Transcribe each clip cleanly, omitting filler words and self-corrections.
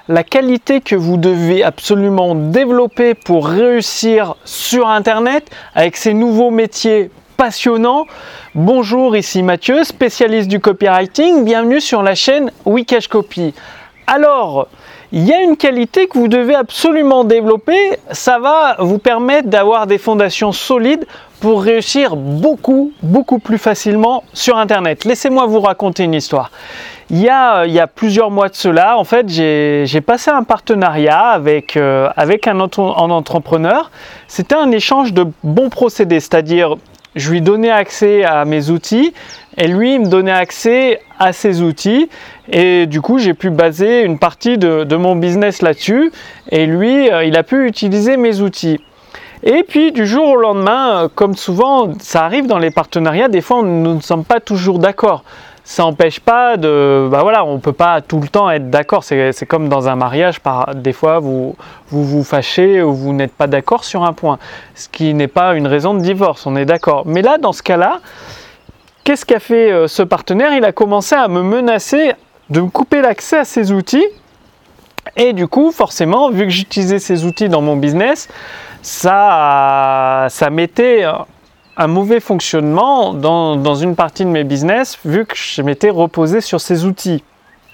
la qualité que vous devez absolument développer pour réussir sur Internet avec ces nouveaux métiers passionnants. Bonjour, ici Mathieu, spécialiste du copywriting. Bienvenue sur la chaîne Wikash Copy. Alors, il y a une qualité que vous devez absolument développer. Ça va vous permettre d'avoir des fondations solides pour réussir beaucoup plus facilement sur Internet. Laissez-moi vous raconter une histoire. Il y a plusieurs mois de cela, en fait, j'ai passé un partenariat avec un entrepreneur. C'était un échange de bons procédés, c'est-à-dire je lui donnais accès à mes outils et lui il me donnait accès à ses outils. Et du coup, j'ai pu baser une partie de mon business là-dessus. Et lui, il a pu utiliser mes outils. Et puis, du jour au lendemain, comme souvent, ça arrive dans les partenariats, des fois, nous ne sommes pas toujours d'accord. Ça n'empêche pas on ne peut pas tout le temps être d'accord. C'est comme dans un mariage, des fois, vous fâchez ou vous n'êtes pas d'accord sur un point. Ce qui n'est pas une raison de divorce, on est d'accord. Mais là, dans ce cas-là, qu'est-ce qu'a fait ce partenaire? Il a commencé à me menacer de me couper l'accès à ces outils. Et du coup, forcément, vu que j'utilisais ces outils dans mon business, ça mettait un mauvais fonctionnement dans une partie de mes business, vu que je m'étais reposé sur ces outils.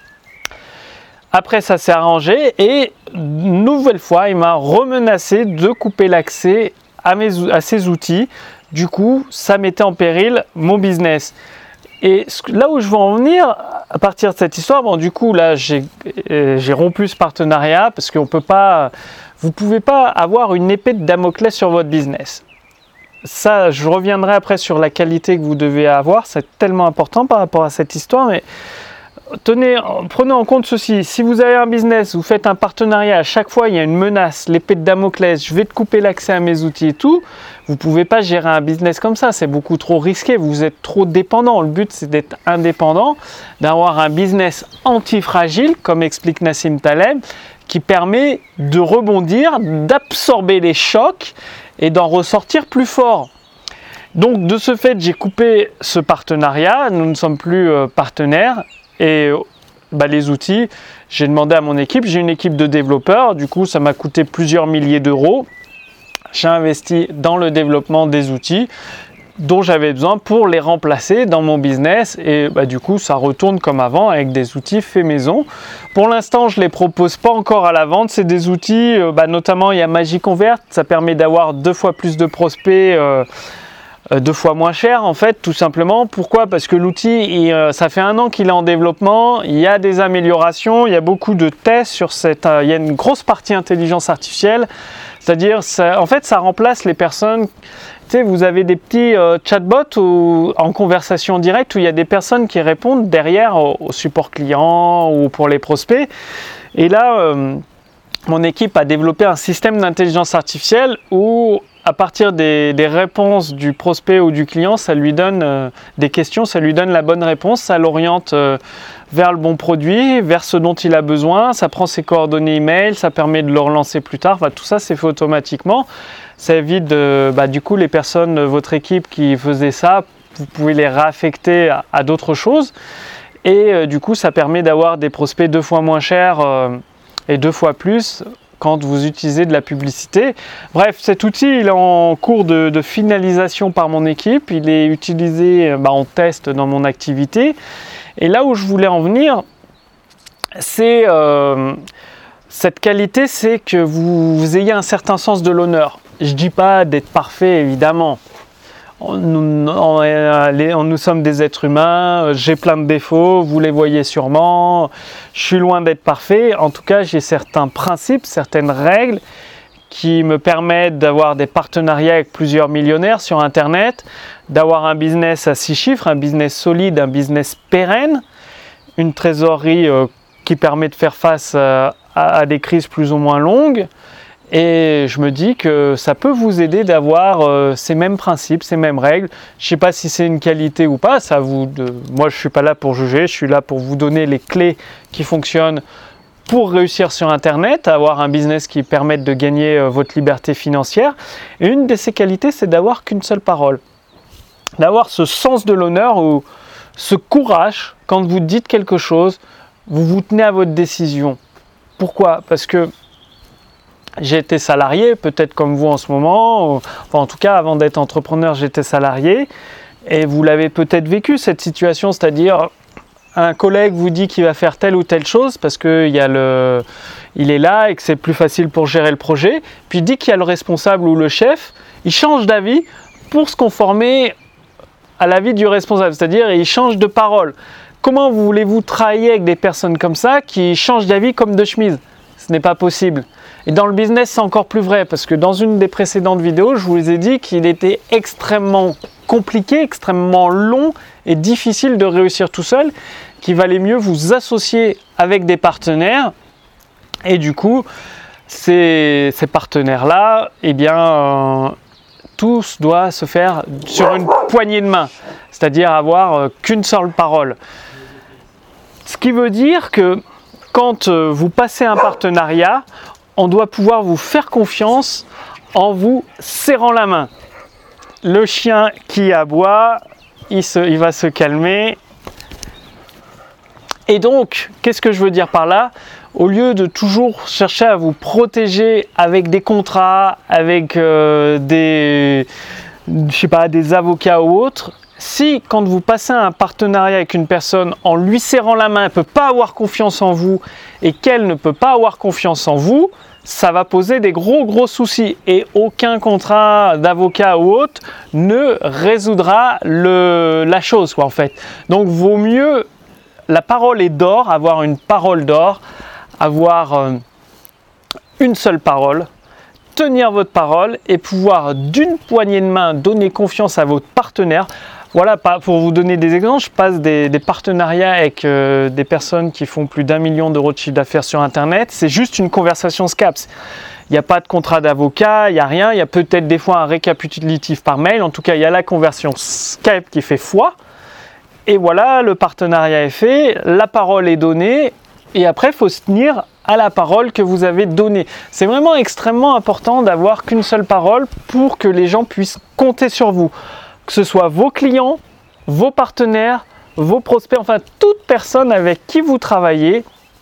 Après, ça s'est arrangé et une nouvelle fois, il m'a remenacé de couper l'accès à ces outils. Du coup, ça mettait en péril mon business. Et là où je veux en venir, à partir de cette histoire, du coup, là, j'ai rompu ce partenariat parce qu'on peut pas, vous ne pouvez pas avoir une épée de Damoclès sur votre business. Ça, je reviendrai après sur la qualité que vous devez avoir, c'est tellement important par rapport à cette histoire, mais prenez en compte ceci, si vous avez un business, vous faites un partenariat, à chaque fois il y a une menace, l'épée de Damoclès, je vais te couper l'accès à mes outils et tout, vous ne pouvez pas gérer un business comme ça, c'est beaucoup trop risqué, vous êtes trop dépendant. Le but c'est d'être indépendant, d'avoir un business antifragile, comme explique Nassim Taleb, qui permet de rebondir, d'absorber les chocs et d'en ressortir plus fort. Donc de ce fait, j'ai coupé ce partenariat, nous ne sommes plus partenaires. Et les outils, j'ai demandé à mon équipe, j'ai une équipe de développeurs, du coup ça m'a coûté plusieurs milliers d'euros. J'ai investi dans le développement des outils dont j'avais besoin pour les remplacer dans mon business et du coup ça retourne comme avant avec des outils faits maison. Pour l'instant je ne les propose pas encore à la vente, c'est des outils, notamment il y a Magiconvert, ça permet d'avoir 2 fois plus de prospects 2 fois moins cher en fait, tout simplement. Pourquoi? Parce que l'outil, ça fait 1 an qu'il est en développement, il y a des améliorations, il y a beaucoup de tests sur il y a une grosse partie intelligence artificielle, c'est-à-dire ça remplace les personnes. Tu sais, vous avez des petits chatbots en conversation directe où il y a des personnes qui répondent derrière au support client ou pour les prospects. Et là, mon équipe a développé un système d'intelligence artificielle où à partir des réponses du prospect ou du client, ça lui donne des questions, ça lui donne la bonne réponse, ça l'oriente vers le bon produit, vers ce dont il a besoin, ça prend ses coordonnées email, ça permet de le relancer plus tard, tout ça c'est fait automatiquement. Ça évite du coup les personnes, votre équipe qui faisait ça, vous pouvez les réaffecter à d'autres choses et du coup ça permet d'avoir des prospects 2 fois moins chers et 2 fois plus quand vous utilisez de la publicité. Bref, cet outil il est en cours de finalisation par mon équipe, il est utilisé en test dans mon activité. Et là où je voulais en venir, c'est cette qualité, c'est que vous ayez un certain sens de l'honneur. Je ne dis pas d'être parfait, évidemment. Nous sommes des êtres humains, j'ai plein de défauts, vous les voyez sûrement, je suis loin d'être parfait. En tout cas, j'ai certains principes, certaines règles qui me permettent d'avoir des partenariats avec plusieurs millionnaires sur Internet, d'avoir un business à 6 chiffres, un business solide, un business pérenne, une trésorerie qui permet de faire face à des crises plus ou moins longues. Et je me dis que ça peut vous aider d'avoir ces mêmes principes, ces mêmes règles. Je ne sais pas si c'est une qualité ou pas, moi je ne suis pas là pour juger, je suis là pour vous donner les clés qui fonctionnent pour réussir sur Internet, avoir un business qui permette de gagner votre liberté financière. Et une de ces qualités, c'est d'avoir qu'une seule parole. D'avoir ce sens de l'honneur ou ce courage, quand vous dites quelque chose, vous vous tenez à votre décision. Pourquoi? Parce que j'ai été salarié, peut-être comme vous en ce moment, enfin en tout cas avant d'être entrepreneur j'étais salarié, et vous l'avez peut-être vécu cette situation, c'est-à-dire un collègue vous dit qu'il va faire telle ou telle chose parce qu'il il est là et que c'est plus facile pour gérer le projet, puis dit qu'il y a le responsable ou le chef, il change d'avis pour se conformer à l'avis du responsable, c'est-à-dire il change de parole. Comment voulez-vous travailler avec des personnes comme ça qui changent d'avis comme de chemise? Ce n'est pas possible. Et dans le business, c'est encore plus vrai parce que dans une des précédentes vidéos, je vous ai dit qu'il était extrêmement compliqué, extrêmement long et difficile de réussir tout seul, qu'il valait mieux vous associer avec des partenaires. Et du coup, ces partenaires-là, eh bien, tout doit se faire sur une poignée de main, c'est-à-dire avoir qu'une seule parole. Ce qui veut dire que quand vous passez un partenariat, on doit pouvoir vous faire confiance en vous serrant la main. Le chien qui aboie, il va se calmer. Et donc, qu'est-ce que je veux dire par là? Au lieu de toujours chercher à vous protéger avec des contrats, avec des avocats ou autres, si quand vous passez un partenariat avec une personne en lui serrant la main, elle ne peut pas avoir confiance en vous et qu'elle ne peut pas avoir confiance en vous, ça va poser des gros soucis et aucun contrat d'avocat ou autre ne résoudra la chose en fait. Donc vaut mieux, la parole est d'or, avoir une parole d'or, avoir une seule parole, tenir votre parole et pouvoir d'une poignée de main donner confiance à votre partenaire. Voilà, pour vous donner des exemples, je passe des partenariats avec des personnes qui font plus d'1 million d'euros de chiffre d'affaires sur Internet. C'est juste une conversation Skype. Il n'y a pas de contrat d'avocat, il n'y a rien. Il y a peut-être des fois un récapitulatif par mail. En tout cas, il y a la conversion Skype qui fait foi. Et voilà, le partenariat est fait, la parole est donnée. Et après, il faut se tenir à la parole que vous avez donnée. C'est vraiment extrêmement important d'avoir qu'une seule parole pour que les gens puissent compter sur vous. Que ce soit vos clients, vos partenaires, vos prospects, enfin toute personne avec qui vous travaillez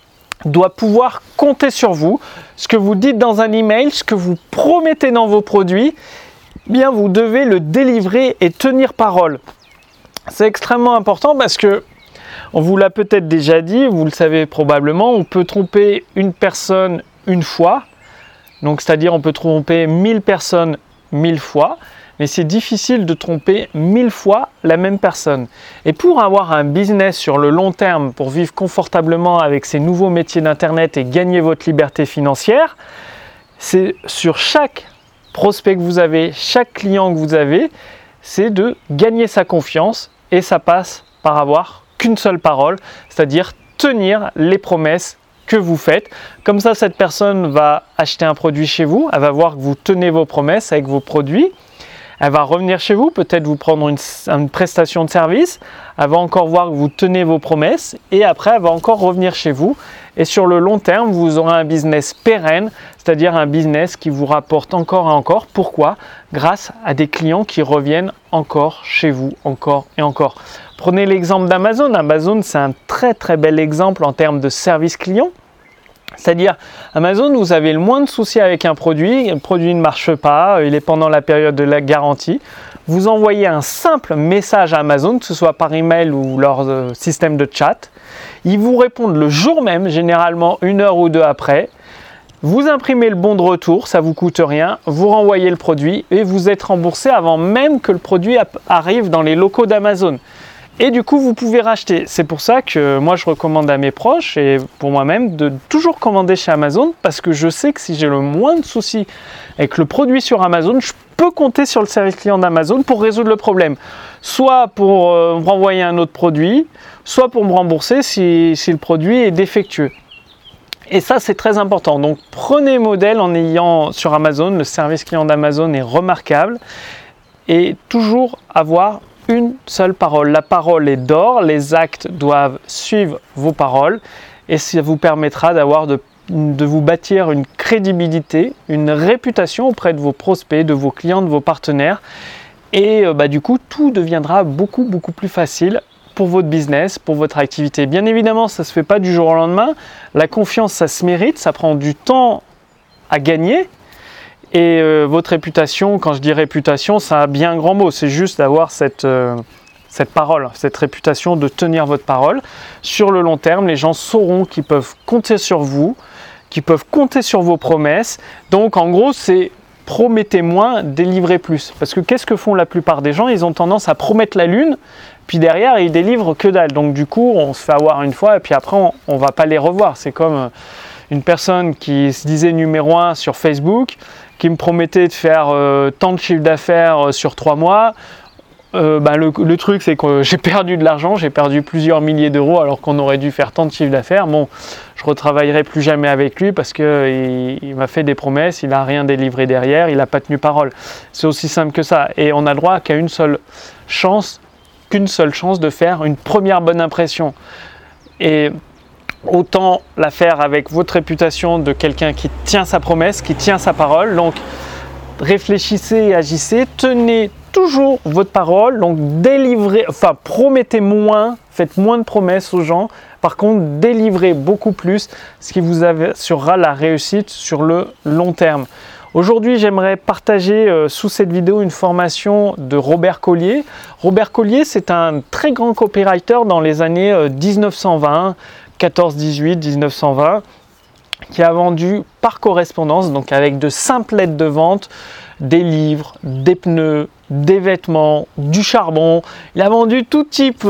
doit pouvoir compter sur vous. Ce que vous dites dans un email, ce que vous promettez dans vos produits, bien vous devez le délivrer et tenir parole. C'est extrêmement important parce que on vous l'a peut-être déjà dit, vous le savez probablement, on peut tromper une personne une fois, donc c'est-à-dire on peut tromper 1000 personnes 1000 fois, mais c'est difficile de tromper 1000 fois la même personne. Et pour avoir un business sur le long terme, pour vivre confortablement avec ces nouveaux métiers d'Internet et gagner votre liberté financière, c'est sur chaque prospect que vous avez, chaque client que vous avez, c'est de gagner sa confiance et ça passe par avoir qu'une seule parole, c'est-à-dire tenir les promesses que vous faites. Comme ça, cette personne va acheter un produit chez vous, elle va voir que vous tenez vos promesses avec vos produits. Elle va revenir chez vous, peut-être vous prendre une prestation de service. Elle va encore voir que vous tenez vos promesses et après, elle va encore revenir chez vous. Et sur le long terme, vous aurez un business pérenne, c'est-à-dire un business qui vous rapporte encore et encore. Pourquoi? Grâce à des clients qui reviennent encore chez vous, encore et encore. Prenez l'exemple d'Amazon. Amazon, c'est un très bel exemple en termes de service client. C'est-à-dire, Amazon, vous avez le moins de soucis avec un produit, le produit ne marche pas, il est pendant la période de la garantie. Vous envoyez un simple message à Amazon, que ce soit par email ou leur système de chat. Ils vous répondent le jour même, généralement 1 heure ou 2 après. Vous imprimez le bon de retour, ça ne vous coûte rien, vous renvoyez le produit et vous êtes remboursé avant même que le produit arrive dans les locaux d'Amazon. Et du coup, vous pouvez racheter. C'est pour ça que moi, je recommande à mes proches et pour moi-même de toujours commander chez Amazon parce que je sais que si j'ai le moins de soucis avec le produit sur Amazon, je peux compter sur le service client d'Amazon pour résoudre le problème. Soit pour me renvoyer un autre produit, soit pour me rembourser si le produit est défectueux. Et ça, c'est très important. Donc, prenez modèle en ayant sur Amazon, le service client d'Amazon est remarquable et toujours avoir une seule parole. La parole est d'or, les actes doivent suivre vos paroles et ça vous permettra de vous bâtir une crédibilité, une réputation auprès de vos prospects, de vos clients, de vos partenaires et du coup tout deviendra beaucoup plus facile pour votre business, pour votre activité. Bien évidemment, ça ne se fait pas du jour au lendemain. La confiance, ça se mérite, ça prend du temps à gagner. Et votre réputation, quand je dis réputation, c'est un bien grand mot. C'est juste d'avoir cette parole, cette réputation de tenir votre parole. Sur le long terme, les gens sauront qu'ils peuvent compter sur vous, qu'ils peuvent compter sur vos promesses. Donc en gros, c'est promettez moins, délivrez plus. Parce que qu'est-ce que font la plupart des gens? Ils ont tendance à promettre la lune, puis derrière, ils délivrent que dalle. Donc du coup, on se fait avoir une fois, et puis après, on ne va pas les revoir. C'est comme une personne qui se disait numéro 1 sur Facebook, qui me promettait de faire tant de chiffre d'affaires sur 3 mois. Le truc, c'est que j'ai perdu de l'argent, j'ai perdu plusieurs milliers d'euros alors qu'on aurait dû faire tant de chiffre d'affaires. Bon, je ne retravaillerai plus jamais avec lui parce qu'il m'a fait des promesses, il n'a rien délivré derrière, il n'a pas tenu parole. C'est aussi simple que ça. Et on n'a le droit qu'à qu'une seule chance de faire une première bonne impression. Et autant la faire avec votre réputation de quelqu'un qui tient sa promesse, qui tient sa parole. Donc, réfléchissez et agissez, tenez toujours votre parole, donc promettez moins, faites moins de promesses aux gens, par contre délivrez beaucoup plus, ce qui vous assurera la réussite sur le long terme. Aujourd'hui, j'aimerais partager sous cette vidéo une formation de Robert Collier. Robert Collier, c'est un très grand copywriter dans les années 1920, 14-18, 1920, qui a vendu par correspondance, donc avec de simples lettres de vente, des livres, des pneus, des vêtements, du charbon. Il a vendu tout type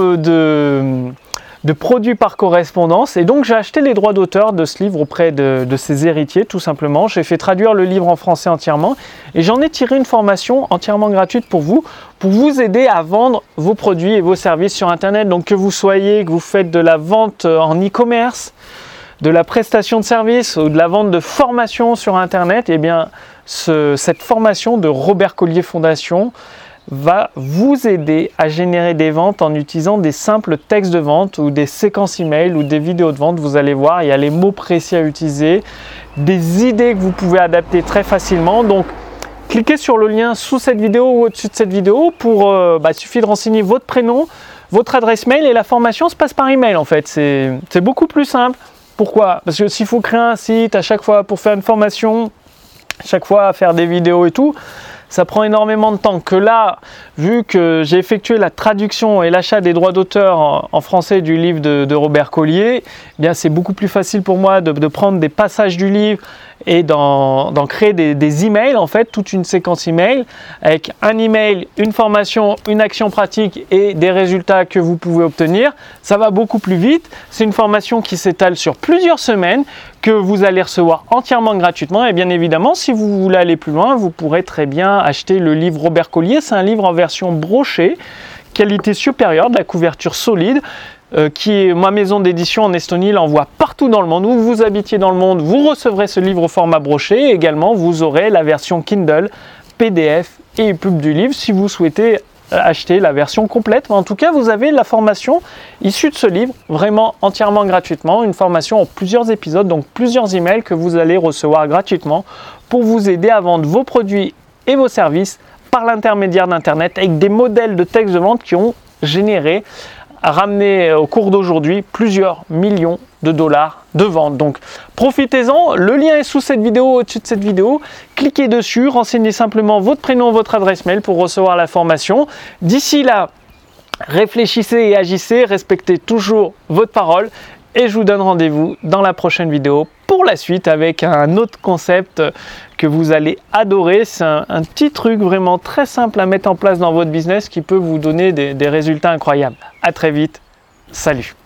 de produits par correspondance. Et donc, j'ai acheté les droits d'auteur de ce livre auprès de ses héritiers, tout simplement. J'ai fait traduire le livre en français entièrement. Et j'en ai tiré une formation entièrement gratuite pour vous aider à vendre vos produits et vos services sur Internet. Donc, que vous faites de la vente en e-commerce, de la prestation de services ou de la vente de formation sur Internet, eh bien, cette formation de Robert Collier Fondation va vous aider à générer des ventes en utilisant des simples textes de vente ou des séquences email ou des vidéos de vente. Vous allez voir, il y a les mots précis à utiliser, des idées que vous pouvez adapter très facilement. Donc, cliquez sur le lien sous cette vidéo ou au-dessus de cette vidéo pour, il suffit de renseigner votre prénom, votre adresse mail et la formation se passe par email en fait. C'est beaucoup plus simple. Pourquoi? Parce que s'il faut créer un site à chaque fois pour faire une formation, à chaque fois à faire des vidéos et tout, ça prend énormément de temps. Que là, vu que j'ai effectué la traduction et l'achat des droits d'auteur en français du livre de Robert Collier, eh bien c'est beaucoup plus facile pour moi de prendre des passages du livre et d'en créer des emails, en fait, toute une séquence email avec un email, une formation, une action pratique et des résultats que vous pouvez obtenir. Ça va beaucoup plus vite. C'est une formation qui s'étale sur plusieurs semaines que vous allez recevoir entièrement gratuitement. Et bien évidemment, si vous voulez aller plus loin, vous pourrez très bien acheter le livre Robert Collier. C'est un livre en version brochée, qualité supérieure, de la couverture solide. Ma maison d'édition en Estonie l'envoie partout dans le monde. Où vous habitiez dans le monde, vous recevrez ce livre au format broché. Et également, vous aurez la version Kindle, PDF et EPUB du livre si vous souhaitez acheter la version complète. Mais en tout cas, vous avez la formation issue de ce livre, vraiment entièrement gratuitement. Une formation en plusieurs épisodes, donc plusieurs emails que vous allez recevoir gratuitement pour vous aider à vendre vos produits et vos services par l'intermédiaire d'Internet avec des modèles de texte de vente qui ont ramené au cours d'aujourd'hui plusieurs millions de dollars de vente. Donc profitez-en, le lien est sous cette vidéo, au-dessus de cette vidéo. Cliquez dessus, renseignez simplement votre prénom, votre adresse mail pour recevoir la formation. D'ici là, réfléchissez et agissez, respectez toujours votre parole et je vous donne rendez-vous dans la prochaine vidéo pour la suite avec un autre concept que vous allez adorer. C'est un petit truc vraiment très simple à mettre en place dans votre business qui peut vous donner des résultats incroyables. À très vite. Salut.